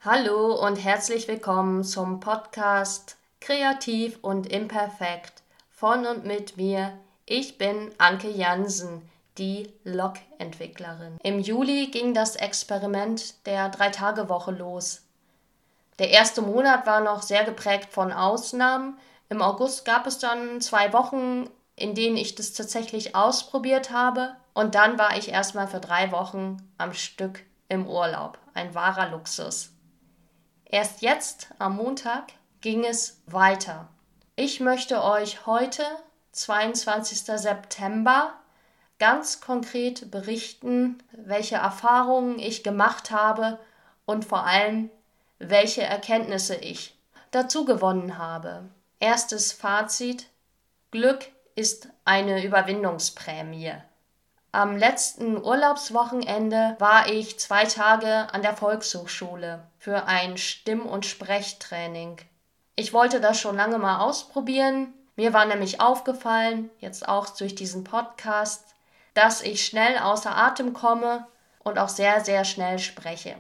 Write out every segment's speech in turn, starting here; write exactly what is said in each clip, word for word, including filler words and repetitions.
Hallo und herzlich willkommen zum Podcast Kreativ und Imperfekt von und mit mir. Ich bin Anke Jansen, die Log-Entwicklerin. Im Juli ging das Experiment der Drei-Tage-Woche los. Der erste Monat war noch sehr geprägt von Ausnahmen. Im August gab es dann zwei Wochen, in denen ich das tatsächlich ausprobiert habe. Und dann war ich erstmal für drei Wochen am Stück im Urlaub. Ein wahrer Luxus. Erst jetzt, am Montag, ging es weiter. Ich möchte euch heute, zweiundzwanzigster September, ganz konkret berichten, welche Erfahrungen ich gemacht habe und vor allem, welche Erkenntnisse ich dazu gewonnen habe. Erstes Fazit: Glück ist eine Überwindungsprämie. Am letzten Urlaubswochenende war ich zwei Tage an der Volkshochschule für ein Stimm- und Sprechtraining. Ich wollte das schon lange mal ausprobieren. Mir war nämlich aufgefallen, jetzt auch durch diesen Podcast, dass ich schnell außer Atem komme und auch sehr, sehr schnell spreche.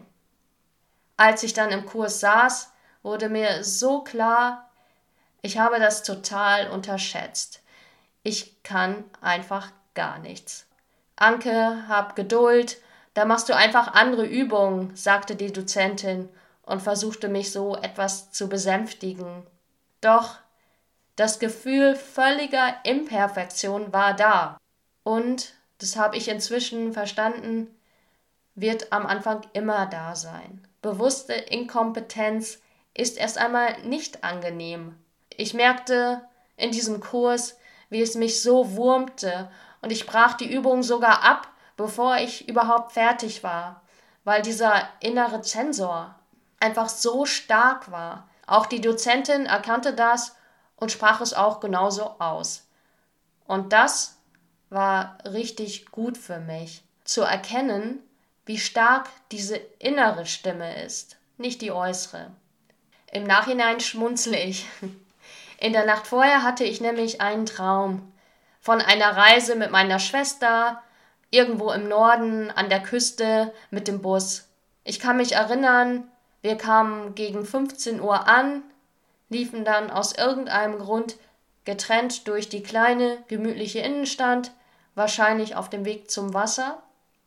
Als ich dann im Kurs saß, wurde mir so klar, ich habe das total unterschätzt. Ich kann einfach gar nichts. Anke, hab Geduld, da machst du einfach andere Übungen, sagte die Dozentin und versuchte mich so etwas zu besänftigen. Doch das Gefühl völliger Imperfektion war da. Und, das habe ich inzwischen verstanden, wird am Anfang immer da sein. Bewusste Inkompetenz ist erst einmal nicht angenehm. Ich merkte in diesem Kurs, wie es mich so wurmte, und ich brach die Übung sogar ab, bevor ich überhaupt fertig war, weil dieser innere Zensor einfach so stark war. Auch die Dozentin erkannte das und sprach es auch genauso aus. Und das war richtig gut für mich, zu erkennen, wie stark diese innere Stimme ist, nicht die äußere. Im Nachhinein schmunzle ich. In der Nacht vorher hatte ich nämlich einen Traum von einer Reise mit meiner Schwester, irgendwo im Norden an der Küste mit dem Bus. Ich kann mich erinnern, wir kamen gegen fünfzehn Uhr an, liefen dann aus irgendeinem Grund getrennt durch die kleine, gemütliche Innenstadt, wahrscheinlich auf dem Weg zum Wasser.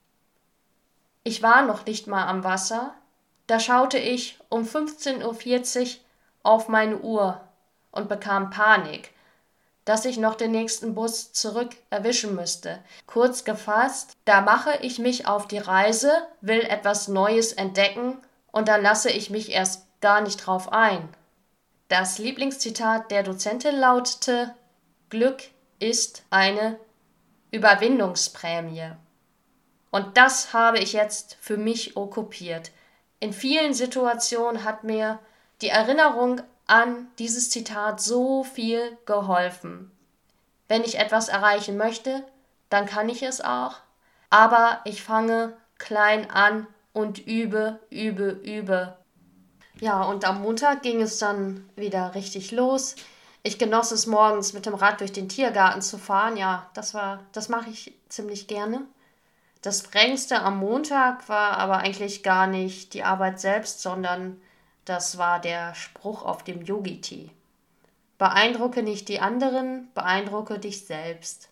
Ich war noch nicht mal am Wasser, da schaute ich um fünfzehn Uhr vierzig auf meine Uhr und bekam Panik, dass ich noch den nächsten Bus zurück erwischen müsste. Kurz gefasst, da mache ich mich auf die Reise, will etwas Neues entdecken und dann lasse ich mich erst gar nicht drauf ein. Das Lieblingszitat der Dozentin lautete: Glück ist eine Überwindungsprämie. Und das habe ich jetzt für mich okkupiert. In vielen Situationen hat mir die Erinnerung an dieses Zitat so viel geholfen. Wenn ich etwas erreichen möchte, dann kann ich es auch, aber ich fange klein an und übe, übe, übe. Ja, und am Montag ging es dann wieder richtig los. Ich genoss es morgens mit dem Rad durch den Tiergarten zu fahren. Ja, das war, das mache ich ziemlich gerne. Das Drängendste am Montag war aber eigentlich gar nicht die Arbeit selbst, sondern das war der Spruch auf dem Yogi-Tee. Beeindrucke nicht die anderen, beeindrucke dich selbst.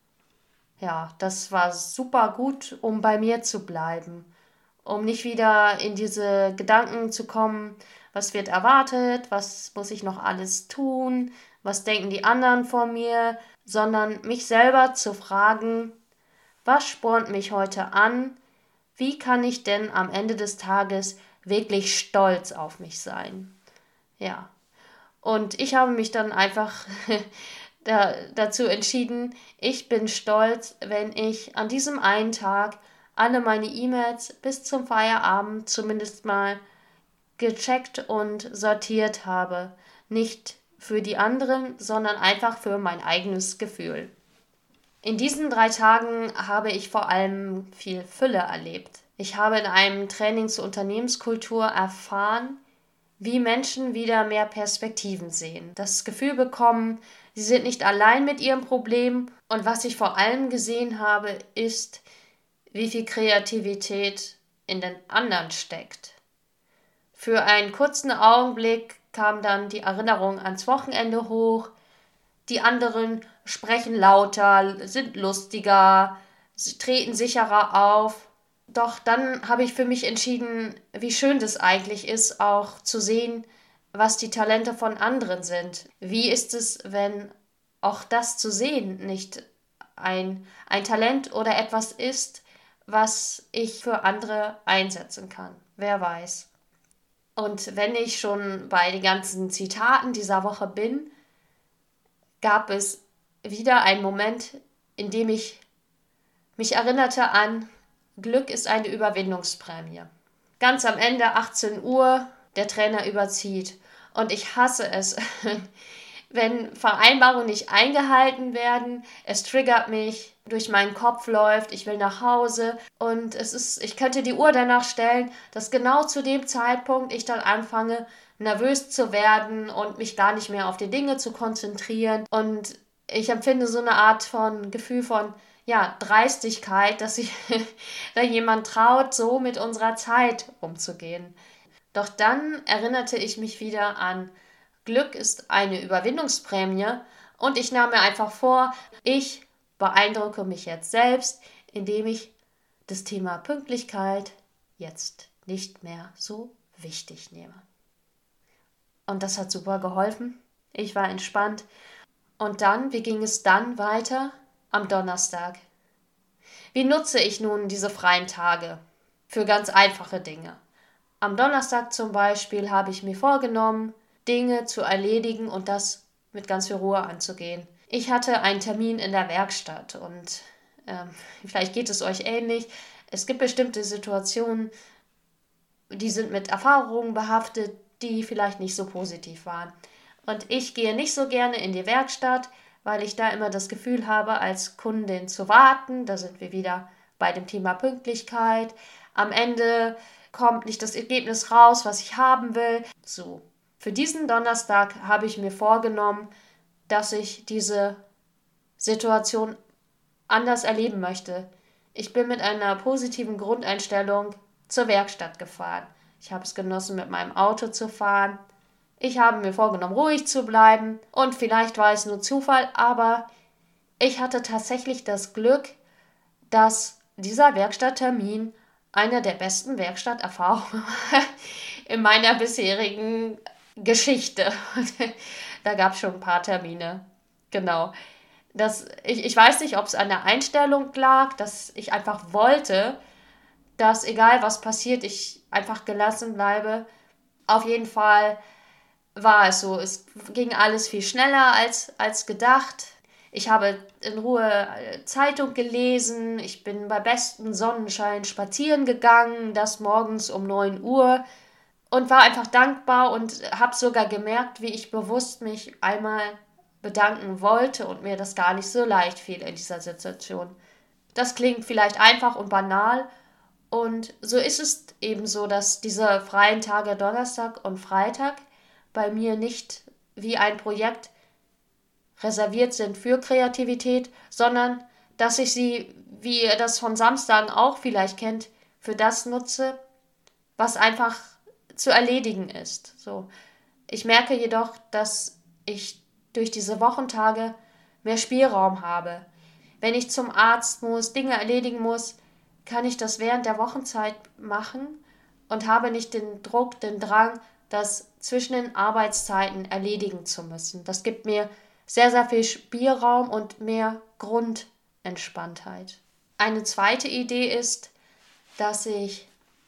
Ja, das war super gut, um bei mir zu bleiben, um nicht wieder in diese Gedanken zu kommen, was wird erwartet, was muss ich noch alles tun, was denken die anderen von mir, sondern mich selber zu fragen, was spornt mich heute an, wie kann ich denn am Ende des Tages wirklich stolz auf mich sein. Ja, und ich habe mich dann einfach da, dazu entschieden, ich bin stolz, wenn ich an diesem einen Tag alle meine E-Mails bis zum Feierabend zumindest mal gecheckt und sortiert habe. Nicht für die anderen, sondern einfach für mein eigenes Gefühl. In diesen drei Tagen habe ich vor allem viel Fülle erlebt. Ich habe in einem Training zur Unternehmenskultur erfahren, wie Menschen wieder mehr Perspektiven sehen, das Gefühl bekommen, sie sind nicht allein mit ihrem Problem, und was ich vor allem gesehen habe, ist, wie viel Kreativität in den anderen steckt. Für einen kurzen Augenblick kam dann die Erinnerung ans Wochenende hoch. Die anderen sprechen lauter, sind lustiger, sie treten sicherer auf. Doch dann habe ich für mich entschieden, wie schön das eigentlich ist, auch zu sehen, was die Talente von anderen sind. Wie ist es, wenn auch das zu sehen nicht ein, ein Talent oder etwas ist, was ich für andere einsetzen kann? Wer weiß. Und wenn ich schon bei den ganzen Zitaten dieser Woche bin, gab es wieder einen Moment, in dem ich mich erinnerte an: Glück ist eine Überwindungsprämie. Ganz am Ende, achtzehn Uhr, der Trainer überzieht. Und ich hasse es, wenn Vereinbarungen nicht eingehalten werden. Es triggert mich, durch meinen Kopf läuft, ich will nach Hause. Und es ist, ich könnte die Uhr danach stellen, dass genau zu dem Zeitpunkt ich dann anfange, nervös zu werden und mich gar nicht mehr auf die Dinge zu konzentrieren. Und ich empfinde so eine Art von Gefühl von ja, Dreistigkeit, dass sich da jemand traut, so mit unserer Zeit umzugehen. Doch dann erinnerte ich mich wieder an: Glück ist eine Überwindungsprämie, und ich nahm mir einfach vor, ich beeindrucke mich jetzt selbst, indem ich das Thema Pünktlichkeit jetzt nicht mehr so wichtig nehme. Und das hat super geholfen. Ich war entspannt. Und dann, wie ging es dann weiter? Am Donnerstag. Wie nutze ich nun diese freien Tage? Für ganz einfache Dinge. Am Donnerstag zum Beispiel habe ich mir vorgenommen, Dinge zu erledigen und das mit ganz viel Ruhe anzugehen. Ich hatte einen Termin in der Werkstatt und ähm, vielleicht geht es euch ähnlich. Es gibt bestimmte Situationen, die sind mit Erfahrungen behaftet, die vielleicht nicht so positiv waren. Und ich gehe nicht so gerne in die Werkstatt, weil ich da immer das Gefühl habe, als Kundin zu warten. Da sind wir wieder bei dem Thema Pünktlichkeit. Am Ende kommt nicht das Ergebnis raus, was ich haben will. So, für diesen Donnerstag habe ich mir vorgenommen, dass ich diese Situation anders erleben möchte. Ich bin mit einer positiven Grundeinstellung zur Werkstatt gefahren. Ich habe es genossen, mit meinem Auto zu fahren. Ich habe mir vorgenommen, ruhig zu bleiben, und vielleicht war es nur Zufall, aber ich hatte tatsächlich das Glück, dass dieser Werkstatttermin eine der besten Werkstatterfahrungen in meiner bisherigen Geschichte. Da gab es schon ein paar Termine. Genau. Das, ich, ich weiß nicht, ob es an der Einstellung lag, dass ich einfach wollte, dass egal was passiert, ich einfach gelassen bleibe. Auf jeden Fall war es so. Es ging alles viel schneller als, als gedacht. Ich habe in Ruhe Zeitung gelesen. Ich bin bei bestem Sonnenschein spazieren gegangen, das morgens um neun Uhr, und war einfach dankbar und habe sogar gemerkt, wie ich bewusst mich einmal bedanken wollte und mir das gar nicht so leicht fiel in dieser Situation. Das klingt vielleicht einfach und banal, und so ist es eben so, dass diese freien Tage Donnerstag und Freitag bei mir nicht wie ein Projekt reserviert sind für Kreativität, sondern dass ich sie, wie ihr das von Samstagen auch vielleicht kennt, für das nutze, was einfach zu erledigen ist. So. Ich merke jedoch, dass ich durch diese Wochentage mehr Spielraum habe. Wenn ich zum Arzt muss, Dinge erledigen muss, kann ich das während der Wochenzeit machen und habe nicht den Druck, den Drang, das zwischen den Arbeitszeiten erledigen zu müssen. Das gibt mir sehr, sehr viel Spielraum und mehr Grundentspanntheit. Eine zweite Idee ist, dass ich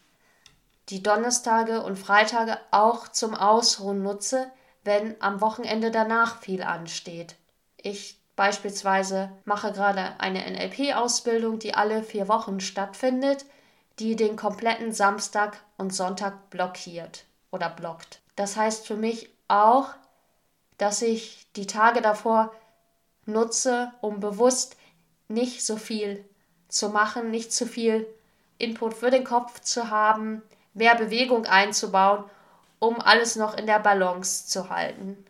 die Donnerstage und Freitage auch zum Ausruhen nutze, wenn am Wochenende danach viel ansteht. Ich beispielsweise mache gerade eine N L P-Ausbildung, die alle vier Wochen stattfindet, die den kompletten Samstag und Sonntag blockiert oder blockt. Das heißt für mich auch, dass ich die Tage davor nutze, um bewusst nicht so viel zu machen, nicht zu viel Input für den Kopf zu haben, mehr Bewegung einzubauen, um alles noch in der Balance zu halten.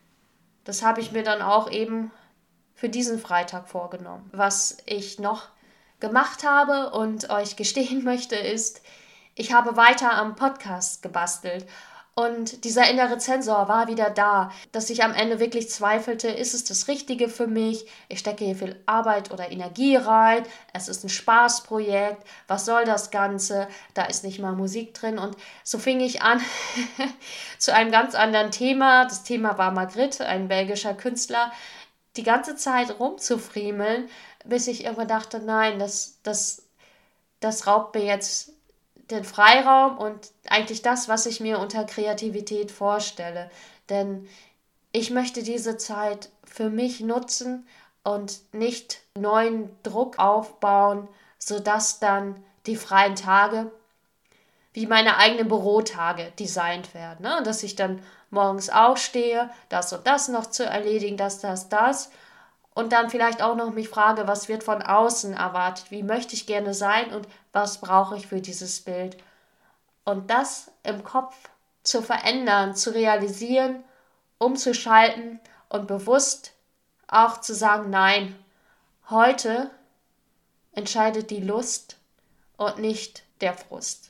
Das habe ich mir dann auch eben für diesen Freitag vorgenommen. Was ich noch gemacht habe und euch gestehen möchte, ist, Ich habe weiter am Podcast gebastelt. Und dieser innere Zensor war wieder da, dass ich am Ende wirklich zweifelte, ist es das Richtige für mich? Ich stecke hier viel Arbeit oder Energie rein. Es ist ein Spaßprojekt. Was soll das Ganze? Da ist nicht mal Musik drin. Und so fing ich an zu einem ganz anderen Thema. Das Thema war Magritte, ein belgischer Künstler, die ganze Zeit rumzufriemeln, bis ich irgendwann dachte, nein, das, das, das raubt mir jetzt den Freiraum und eigentlich das, was ich mir unter Kreativität vorstelle. Denn ich möchte diese Zeit für mich nutzen und nicht neuen Druck aufbauen, sodass dann die freien Tage wie meine eigenen Bürotage designt werden. Ne? Dass ich dann morgens aufstehe, das und das noch zu erledigen, das, das, das. Und dann vielleicht auch noch mich frage, was wird von außen erwartet? Wie möchte ich gerne sein und was brauche ich für dieses Bild? Und das im Kopf zu verändern, zu realisieren, umzuschalten und bewusst auch zu sagen, nein, heute entscheidet die Lust und nicht der Frust.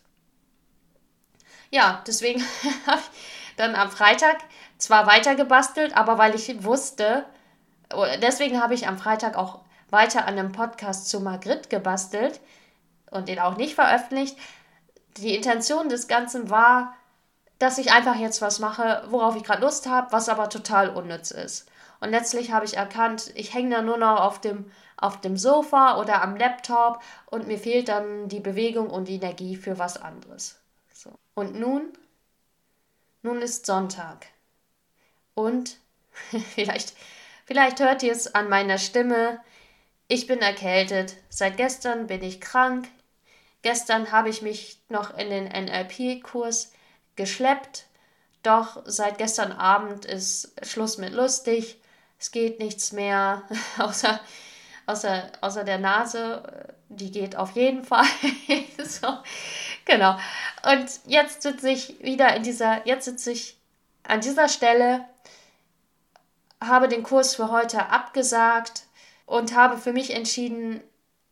Ja, deswegen habe ich dann am Freitag zwar weiter gebastelt, aber weil ich wusste, deswegen habe ich am Freitag auch weiter an einem Podcast zu Magritte gebastelt und den auch nicht veröffentlicht. Die Intention des Ganzen war, dass ich einfach jetzt was mache, worauf ich gerade Lust habe, was aber total unnütz ist. Und letztlich habe ich erkannt, ich hänge da nur noch auf dem, auf dem Sofa oder am Laptop und mir fehlt dann die Bewegung und die Energie für was anderes. So. Und nun, nun ist Sonntag. Und vielleicht, vielleicht hört ihr es an meiner Stimme, ich bin erkältet. Seit gestern bin ich krank. Gestern habe ich mich noch in den N L P-Kurs geschleppt, doch seit gestern Abend ist Schluss mit lustig. Es geht nichts mehr, außer, außer, außer der Nase, die geht auf jeden Fall. So, genau. Und jetzt sitze ich wieder in dieser, jetzt sitze ich an dieser Stelle, habe den Kurs für heute abgesagt und habe für mich entschieden,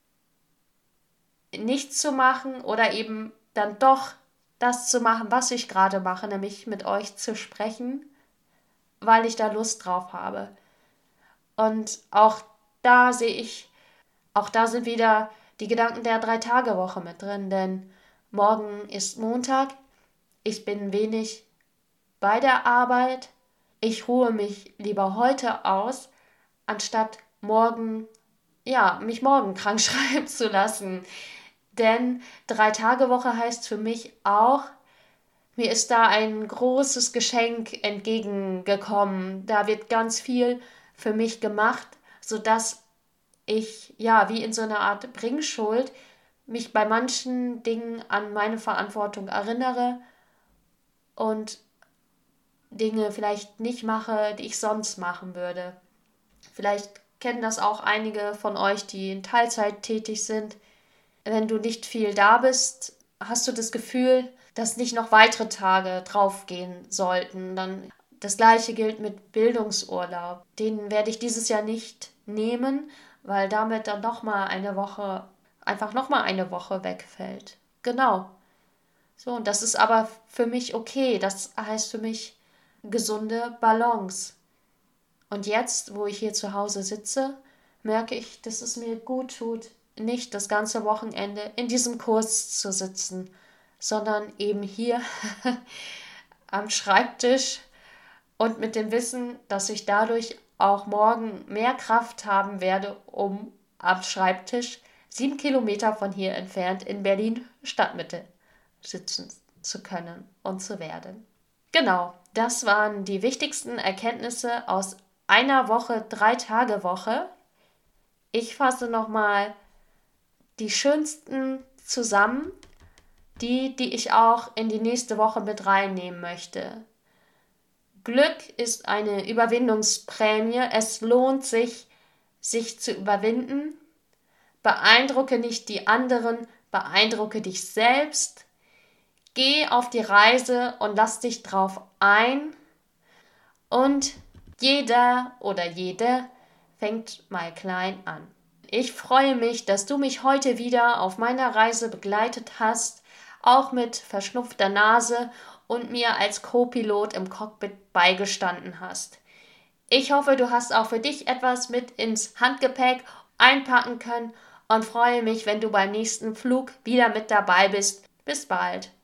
nichts zu machen oder eben dann doch das zu machen, was ich gerade mache, nämlich mit euch zu sprechen, weil ich da Lust drauf habe. Und auch da sehe ich, auch da sind wieder die Gedanken der Drei-Tage-Woche mit drin, denn morgen ist Montag, ich bin wenig bei der Arbeit, ich ruhe mich lieber heute aus, anstatt morgen, ja, mich morgen krank schreiben zu lassen. Denn Drei-Tage-Woche heißt für mich auch, mir ist da ein großes Geschenk entgegengekommen. Da wird ganz viel für mich gemacht, sodass ich, ja, wie in so einer Art Bringschuld, mich bei manchen Dingen an meine Verantwortung erinnere und Dinge vielleicht nicht mache, die ich sonst machen würde. Vielleicht kennen das auch einige von euch, die in Teilzeit tätig sind. Wenn du nicht viel da bist, hast du das Gefühl, dass nicht noch weitere Tage draufgehen sollten. Dann das Gleiche gilt mit Bildungsurlaub. Den werde ich dieses Jahr nicht nehmen, weil damit dann nochmal eine Woche, einfach nochmal eine Woche wegfällt. Genau. So, und das ist aber für mich okay. Das heißt für mich gesunde Balance. Und jetzt, wo ich hier zu Hause sitze, merke ich, dass es mir gut tut, nicht das ganze Wochenende in diesem Kurs zu sitzen, sondern eben hier am Schreibtisch und mit dem Wissen, dass ich dadurch auch morgen mehr Kraft haben werde, um am Schreibtisch sieben Kilometer von hier entfernt in Berlin Stadtmitte sitzen zu können und zu werden. Genau, das waren die wichtigsten Erkenntnisse aus einer Woche, Drei-Tage-Woche. Ich fasse nochmal die schönsten zusammen, die, die ich auch in die nächste Woche mit reinnehmen möchte. Glück ist eine Überwindungsprämie. Es lohnt sich, sich zu überwinden. Beeindrucke nicht die anderen, beeindrucke dich selbst. Geh auf die Reise und lass dich drauf ein. Und jeder oder jede fängt mal klein an. Ich freue mich, dass du mich heute wieder auf meiner Reise begleitet hast, auch mit verschnupfter Nase und mir als Co-Pilot im Cockpit beigestanden hast. Ich hoffe, du hast auch für dich etwas mit ins Handgepäck einpacken können und freue mich, wenn du beim nächsten Flug wieder mit dabei bist. Bis bald.